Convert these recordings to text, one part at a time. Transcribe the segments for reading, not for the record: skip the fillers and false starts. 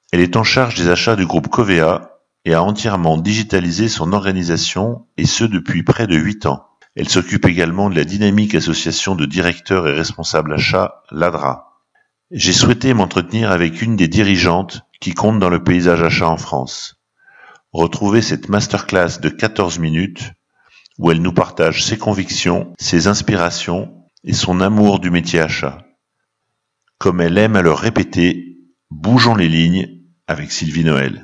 Elle est en charge des achats du groupe Covéa et a entièrement digitalisé son organisation, et ce depuis près de 8 ans. Elle s'occupe également de la dynamique association de directeurs et responsables achats, l'ADRA. J'ai souhaité m'entretenir avec une des dirigeantes qui compte dans le paysage achat en France. Retrouvez cette masterclass de 14 minutes où elle nous partage ses convictions, ses inspirations et son amour du métier achat. Comme elle aime à le répéter, bougeons les lignes avec Sylvie Noël.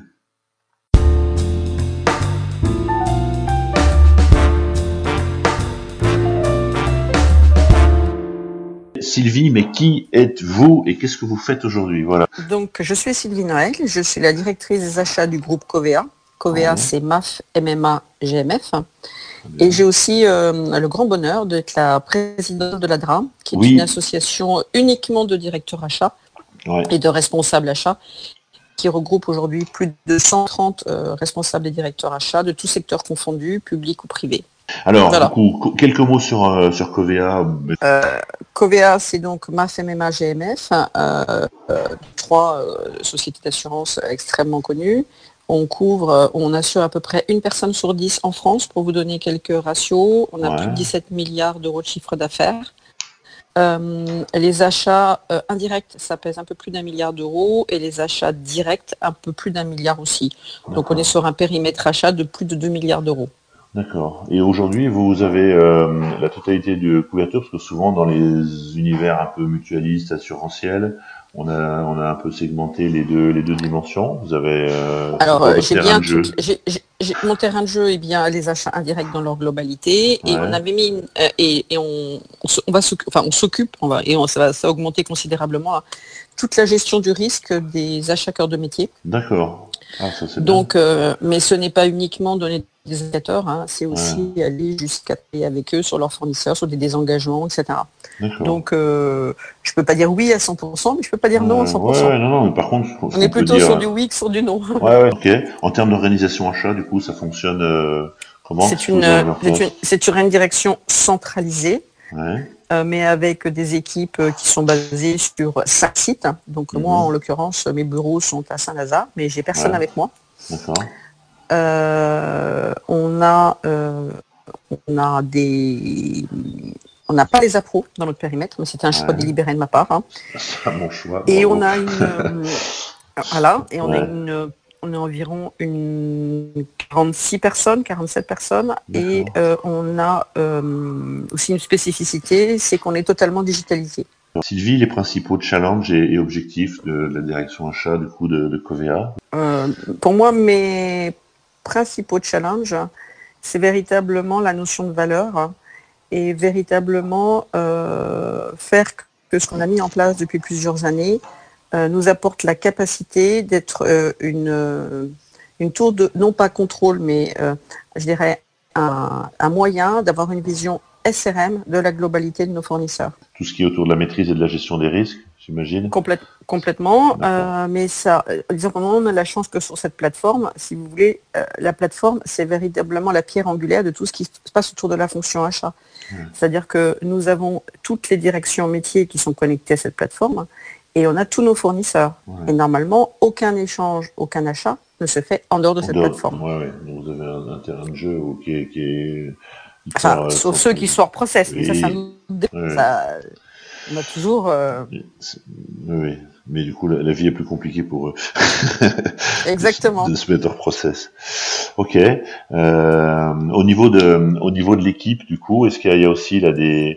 Sylvie, mais qui êtes-vous et qu'est-ce que vous faites aujourd'hui? Voilà. Donc, je suis Sylvie Noël, je suis la directrice des achats du groupe Covéa. Covéa, c'est MAF, MMA, GMF. Et j'ai aussi le grand bonheur d'être la présidente de l'ADRA, qui est une association uniquement de directeurs achats et de responsables achats, qui regroupe aujourd'hui plus de 130 responsables et directeurs achats de tous secteurs confondus, publics ou privés. Alors, voilà. Du coup, quelques mots sur Covéa. Covéa, c'est donc MAF, MMA, GMF, trois sociétés d'assurance extrêmement connues. On assure à peu près une personne sur 10 en France, pour vous donner quelques ratios. On a plus de 17 milliards d'euros de chiffre d'affaires. Les achats indirects, ça pèse un peu plus d'1 milliard d'euros, et les achats directs, un peu plus d'1 milliard aussi. Donc on est sur un périmètre achat de plus de 2 milliards d'euros. D'accord. Et aujourd'hui, vous avez la totalité de couverture, parce que souvent dans les univers un peu mutualistes, assurantiels, on a un peu segmenté les deux dimensions. Vous avez alors j'ai bien mon terrain de jeu est bien les achats indirects dans leur globalité, et on avait mis on s'occupe ça va augmenter considérablement toute la gestion du risque des achats cœur de métier. D'accord. Ah, ça, c'est donc mais ce n'est pas uniquement donner des indicateurs, c'est aussi aller jusqu'à payer avec eux sur leurs fournisseurs, sur des désengagements, etc. Donc je peux pas dire oui à 100%, mais je peux pas dire non à 100%. Non, mais par contre, on est plutôt sur du oui que sur du non. Ok. En termes d'organisation achat, du coup, ça fonctionne comment? C'est une direction centralisée, mais avec des équipes qui sont basées sur 5 sites. Donc moi, en l'occurrence, mes bureaux sont à Saint-Lazare, mais j'ai personne avec moi. D'accord. On n'a pas les appros dans notre périmètre, mais c'était un choix délibéré de ma part. C'est mon choix. Et on a on est environ 46 personnes, 47 personnes, et on a aussi une spécificité, c'est qu'on est totalement digitalisé. Sylvie, les principaux challenges et objectifs de la direction achat du coup de Covéa? Pour moi, mes principaux challenges, c'est véritablement la notion de valeur, et véritablement faire que ce qu'on a mis en place depuis plusieurs années nous apporte la capacité d'être une tour de, non pas contrôle, mais je dirais un moyen d'avoir une vision SRM de la globalité de nos fournisseurs. Tout ce qui est autour de la maîtrise et de la gestion des risques, j'imagine. Complètement, mais ça, disons qu'on a la chance que sur cette plateforme, si vous voulez, la plateforme, c'est véritablement la pierre angulaire de tout ce qui se passe autour de la fonction achat. C'est-à-dire que nous avons toutes les directions métiers qui sont connectées à cette plateforme, et on a tous nos fournisseurs. Et normalement, aucun échange, aucun achat ne se fait en dehors de cette plateforme. Donc vous avez un terrain de jeu qui est enfin, sauf ceux qui sont hors process, mais ça nous on a toujours... Oui, mais du coup, la vie est plus compliquée pour eux. Exactement. de se mettre hors process. Ok. Au niveau de l'équipe, du coup, est-ce qu'il y a aussi là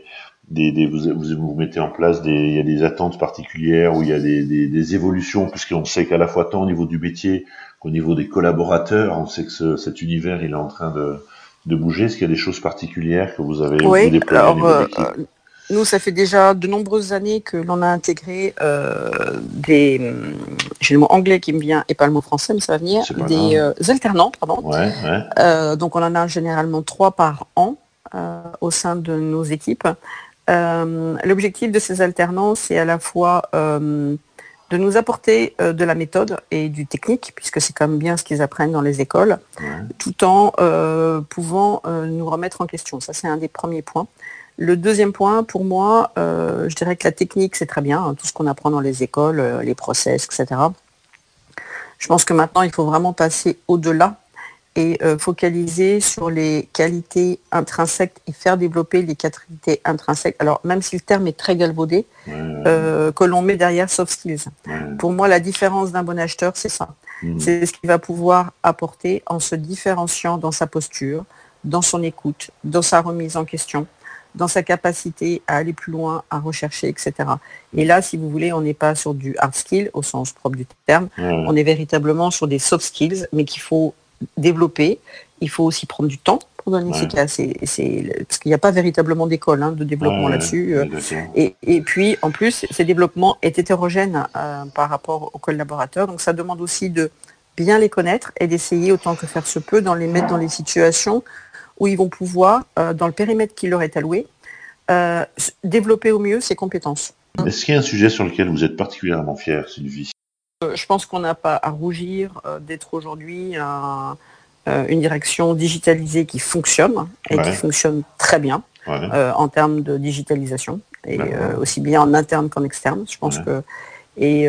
vous mettez en place il y a des attentes particulières, ou il y a des évolutions, puisqu'on sait qu'à la fois tant au niveau du métier qu'au niveau des collaborateurs, on sait que cet univers il est en train de bouger. Est-ce qu'il y a des choses particulières que vous avez déployées au niveau de l'équipe? Nous, ça fait déjà de nombreuses années que l'on a intégré j'ai le mot anglais qui me vient et pas le mot français, mais ça va venir, des alternants, pardon. Donc on en a généralement 3 par an au sein de nos équipes. L'objectif de ces alternants, c'est à la fois de nous apporter de la méthode et du technique, puisque c'est quand même bien ce qu'ils apprennent dans les écoles, tout en pouvant nous remettre en question. Ça, c'est un des premiers points. Le deuxième point, pour moi, je dirais que la technique, c'est très bien, tout ce qu'on apprend dans les écoles, les process, etc. Je pense que maintenant, il faut vraiment passer au-delà et focaliser sur les qualités intrinsèques et faire développer les qualités intrinsèques. Alors, même si le terme est très galvaudé, que l'on met derrière soft skills. Pour moi, la différence d'un bon acheteur, c'est ça. C'est ce qu'il va pouvoir apporter en se différenciant dans sa posture, dans son écoute, dans sa remise en question, dans sa capacité à aller plus loin, à rechercher, etc. Et là, si vous voulez, on n'est pas sur du hard skill au sens propre du terme, on est véritablement sur des soft skills, mais qu'il faut développer. Il faut aussi prendre du temps pour donner ces cas. Parce qu'il n'y a pas véritablement d'école de développement là-dessus. Et puis, en plus, ces développements est hétérogène par rapport aux collaborateurs. Donc, ça demande aussi de bien les connaître et d'essayer, autant que faire se peut, dans les mettre dans les situations où ils vont pouvoir, dans le périmètre qui leur est alloué, développer au mieux ces compétences. Est-ce qu'il y a un sujet sur lequel vous êtes particulièrement fière, Sylvie ? Je pense qu'on n'a pas à rougir d'être aujourd'hui une direction digitalisée qui fonctionne et qui fonctionne très bien en termes de digitalisation et aussi bien en interne qu'en externe. Je pense que et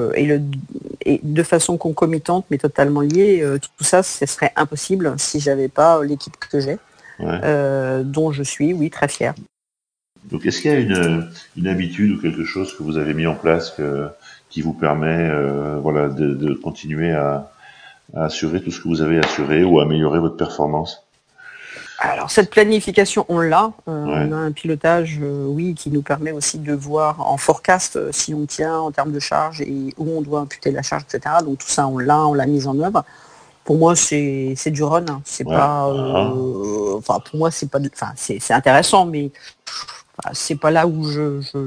de façon concomitante mais totalement liée, tout ça, ce serait impossible si j'avais pas l'équipe que j'ai, dont je suis, très fière. Donc, est-ce qu'il y a une habitude ou quelque chose que vous avez mis en place qui vous permet de continuer à assurer tout ce que vous avez assuré ou à améliorer votre performance ? Alors, cette planification, on l'a. On a un pilotage, qui nous permet aussi de voir en forecast si on tient en termes de charge et où on doit imputer la charge, etc. Donc, tout ça, on l'a mis en œuvre. Pour moi, c'est du run. C'est pas... pour moi, c'est pas... c'est intéressant, mais... c'est pas là où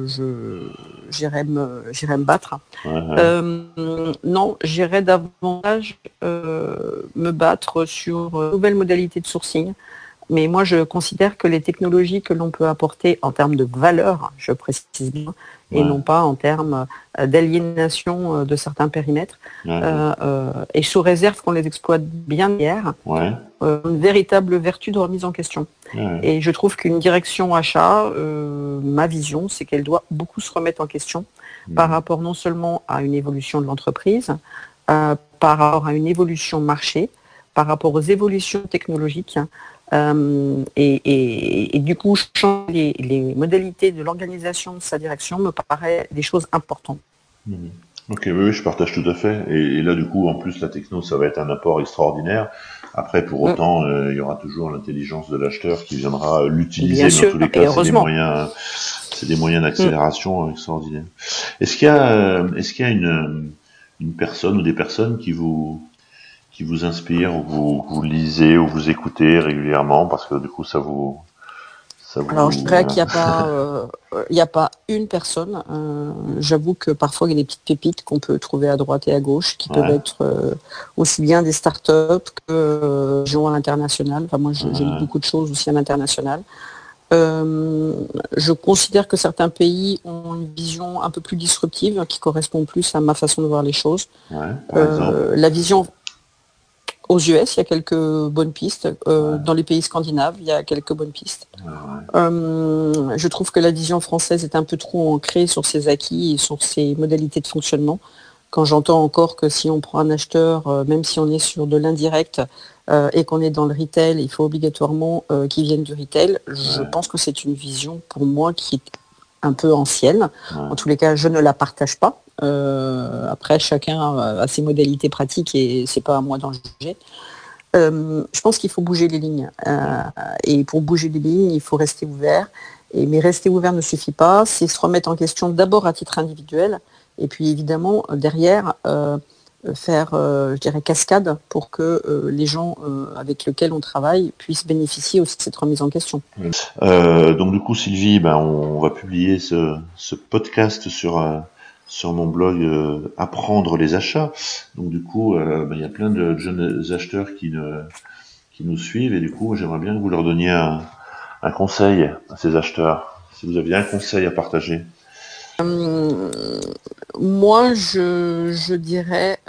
j'irais me battre. Non, j'irais davantage me battre sur nouvelles modalités de sourcing. Mais moi, je considère que les technologies que l'on peut apporter en termes de valeur, je précise bien, et non pas en termes d'aliénation de certains périmètres, et sous réserve qu'on les exploite bien hier, une véritable vertu de remise en question. Et je trouve qu'une direction achat, ma vision, c'est qu'elle doit beaucoup se remettre en question par rapport non seulement à une évolution de l'entreprise, par rapport à une évolution marché, par rapport aux évolutions technologiques, et du coup, changer les modalités de l'organisation de sa direction me paraît des choses importantes. Ok, oui, je partage tout à fait. Et là, du coup, en plus, la techno, ça va être un apport extraordinaire. Après, pour autant, il y aura toujours l'intelligence de l'acheteur qui viendra l'utiliser. Bien sûr, dans tous les cas, c'est des moyens d'accélération extraordinaires. Est-ce qu'il y a une personne ou des personnes qui vous inspirent, ou vous lisez, ou vous écoutez régulièrement, parce que du coup, ça vous... Alors, je dirais qu'il n'y a pas une personne. J'avoue que parfois, il y a des petites pépites qu'on peut trouver à droite et à gauche, qui peuvent être aussi bien des startups que à l'international. Enfin, moi, je lis beaucoup de choses aussi à l'international. Je considère que certains pays ont une vision un peu plus disruptive, qui correspond plus à ma façon de voir les choses. La vision... Aux US, il y a quelques bonnes pistes. Dans les pays scandinaves, il y a quelques bonnes pistes. Je trouve que la vision française est un peu trop ancrée sur ses acquis et sur ses modalités de fonctionnement. Quand j'entends encore que si on prend un acheteur, même si on est sur de l'indirect et qu'on est dans le retail, il faut obligatoirement qu'il vienne du retail. Je pense que c'est une vision, pour moi, qui est un peu ancienne. En tous les cas, je ne la partage pas. Après, chacun a ses modalités pratiques et c'est pas à moi d'en juger. Je pense qu'il faut bouger les lignes. Et pour bouger les lignes, il faut rester ouvert. Mais rester ouvert ne suffit pas. C'est se remettre en question d'abord à titre individuel. Et puis évidemment, derrière, faire, je dirais, cascade pour que les gens avec lesquels on travaille puissent bénéficier aussi de cette remise en question. Donc du coup, Sylvie, on va publier ce podcast sur mon blog Apprendre les achats. Donc du coup, il y a plein de jeunes acheteurs qui nous suivent, et du coup, j'aimerais bien que vous leur donniez un conseil à ces acheteurs. Si vous aviez un conseil à partager. Moi, je dirais,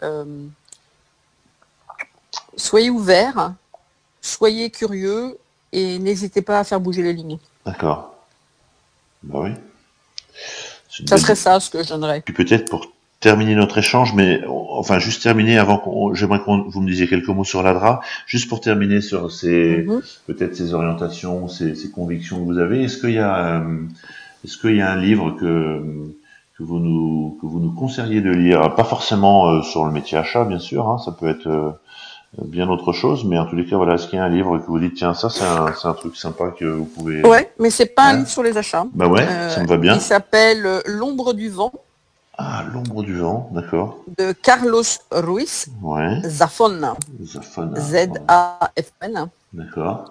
soyez ouverts, soyez curieux et n'hésitez pas à faire bouger les lignes. D'accord. Oui. Ça serait ça ce que je donnerais. Puis peut-être terminer notre échange, mais enfin juste terminer avant j'aimerais que vous me disiez quelques mots sur l'ADRA, juste pour terminer sur peut-être ces orientations, ces convictions que vous avez. Est-ce qu'il y a un livre que vous nous conseillez de lire, pas forcément sur le métier achat, bien sûr, hein, ça peut être bien autre chose, mais en tous les cas, voilà, est-ce qu'il y a un livre que vous dites, tiens, ça c'est un truc sympa que vous pouvez... Ouais, mais c'est pas un livre sur les achats. Bah ouais, ça me va bien. Il s'appelle L'ombre du vent. Ah, L'ombre du vent, d'accord. De Carlos Ruiz Zafón. Z-A-F-N. D'accord.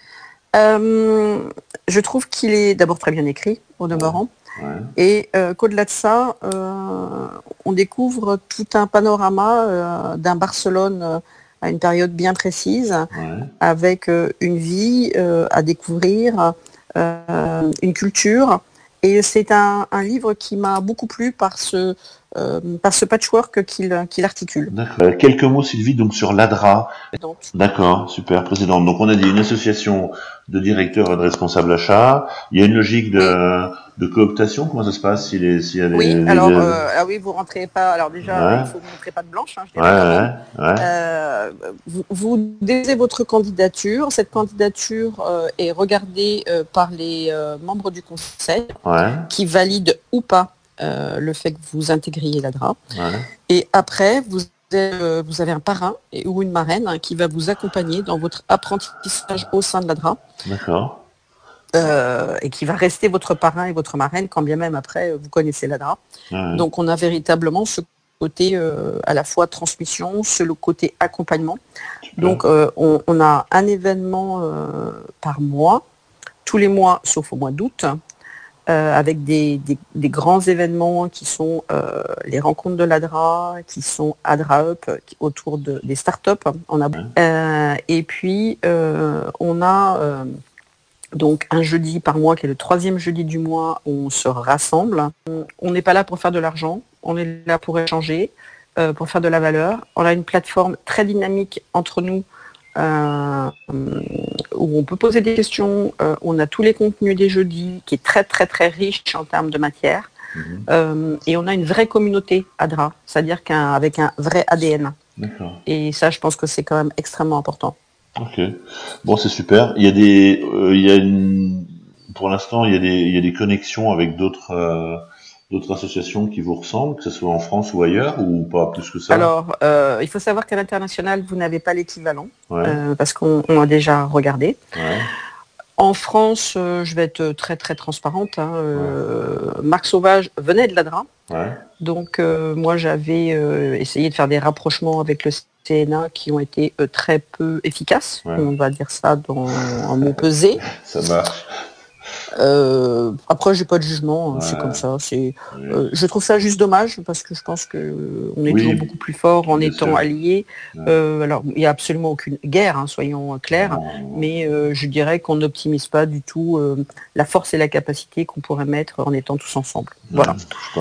Je trouve qu'il est d'abord très bien écrit, au demeurant. Et qu'au-delà de ça, on découvre tout un panorama d'un Barcelone à une période bien précise, avec une vie à découvrir, une culture. Et c'est un livre qui m'a beaucoup plu par ce patchwork qu'il articule. D'accord. Quelques mots, Sylvie, donc sur l'ADRA. D'accord, super, présidente. Donc on a dit une association de directeurs et de responsables achats. Il y a une logique de cooptation. Comment ça se passe s'il y a oui, vous rentrez pas. Alors déjà, il faut vous montrer pas de blanche. Hein, je dirais vous déposez votre candidature. Cette candidature est regardée par les membres du conseil qui valident ou pas le fait que vous intégriez l'ADRA. Et après, vous avez un parrain ou une marraine qui va vous accompagner dans votre apprentissage au sein de l'ADRA. D'accord. Et qui va rester votre parrain et votre marraine quand bien même après vous connaissez l'ADRA. Donc on a véritablement ce côté à la fois transmission, ce côté accompagnement. Super. Donc on a un événement par mois, tous les mois sauf au mois d'août, avec des grands événements qui sont les rencontres de l'ADRA, qui sont ADRA Up, autour des startups. Et puis on a donc un jeudi par mois, qui est le 3e jeudi du mois, où on se rassemble. On n'est pas là pour faire de l'argent, on est là pour échanger, pour faire de la valeur. On a une plateforme très dynamique entre nous, où on peut poser des questions. On a tous les contenus des jeudis, qui est très très très riche en termes de matière. Et on a une vraie communauté ADRA, c'est-à-dire avec un vrai ADN. Et ça, je pense que c'est quand même extrêmement important. Ok, bon, c'est super. Pour l'instant, il y a des connexions avec d'autres associations qui vous ressemblent, que ce soit en France ou ailleurs, ou pas plus que ça? Alors, il faut savoir qu'à l'international, vous n'avez pas l'équivalent, parce qu'on a déjà regardé. En France, je vais être très très transparente. Marc Sauvage venait de l'ADRA. Donc moi j'avais essayé de faire des rapprochements avec le CNA qui ont été très peu efficaces. On va dire ça dans un mot pesé. Ça marche. Après j'ai pas de jugement, c'est comme ça. Je trouve ça juste dommage parce que je pense que on est toujours beaucoup plus fort en étant alliés. Alors il n'y a absolument aucune guerre, soyons clairs, mais je dirais qu'on n'optimise pas du tout la force et la capacité qu'on pourrait mettre en étant tous ensemble. Voilà.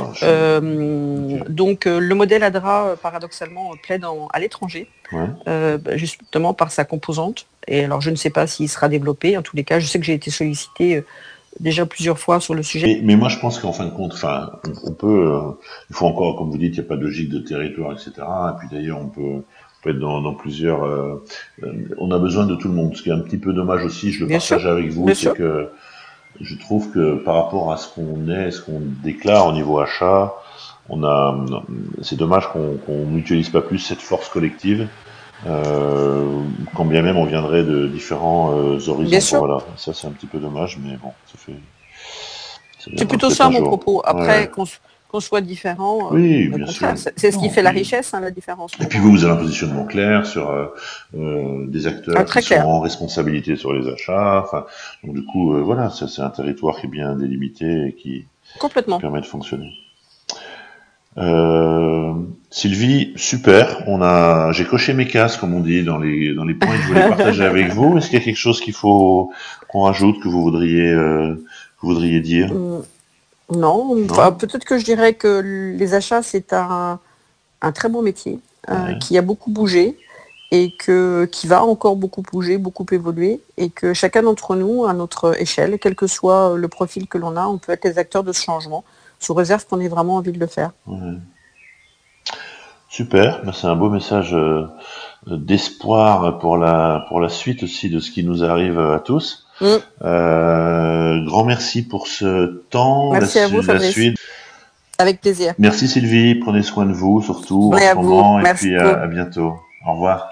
Donc le modèle ADRA paradoxalement plaide à l'étranger, justement par sa composante. Et alors je ne sais pas s'il sera développé. En tous les cas, je sais que j'ai été sollicité déjà plusieurs fois sur le sujet. Mais moi, je pense qu'en fin de compte, on peut, il faut encore, comme vous dites, il n'y a pas de logique de territoire, etc. Et puis d'ailleurs, on peut être dans plusieurs. On a besoin de tout le monde. Ce qui est un petit peu dommage aussi, je le partage avec vous, c'est que je trouve que par rapport à ce qu'on déclare au niveau achat, c'est dommage qu'on n'utilise pas plus cette force collective. Quand bien même on viendrait de différents horizons. Voilà, ça c'est un petit peu dommage, mais bon, ça fait. C'est plutôt ça mon propos. Après, qu'on soit différent, oui, bien sûr. C'est ce qui fait la richesse, la différence. Et puis vous avez un positionnement clair sur des acteurs qui sont en responsabilité sur les achats. Enfin, donc du coup, voilà, c'est un territoire qui est bien délimité et qui permet de fonctionner. Sylvie, super. J'ai coché mes cases, comme on dit, dans les points que je voulais partager avec vous. Est-ce qu'il y a quelque chose qu'on rajoute, que vous voudriez dire? Non. Enfin, peut-être que je dirais que les achats, c'est un très bon métier, qui a beaucoup bougé et qui va encore beaucoup bouger, beaucoup évoluer, et que chacun d'entre nous, à notre échelle, quel que soit le profil que l'on a, on peut être les acteurs de ce changement, sous réserve qu'on ait vraiment envie de le faire. Super, c'est un beau message d'espoir pour la suite aussi de ce qui nous arrive à tous. Grand merci pour ce temps. Merci à vous, Fabrice. Suite. Avec plaisir. Merci Sylvie, prenez soin de vous surtout en ce moment et puis à bientôt. Au revoir.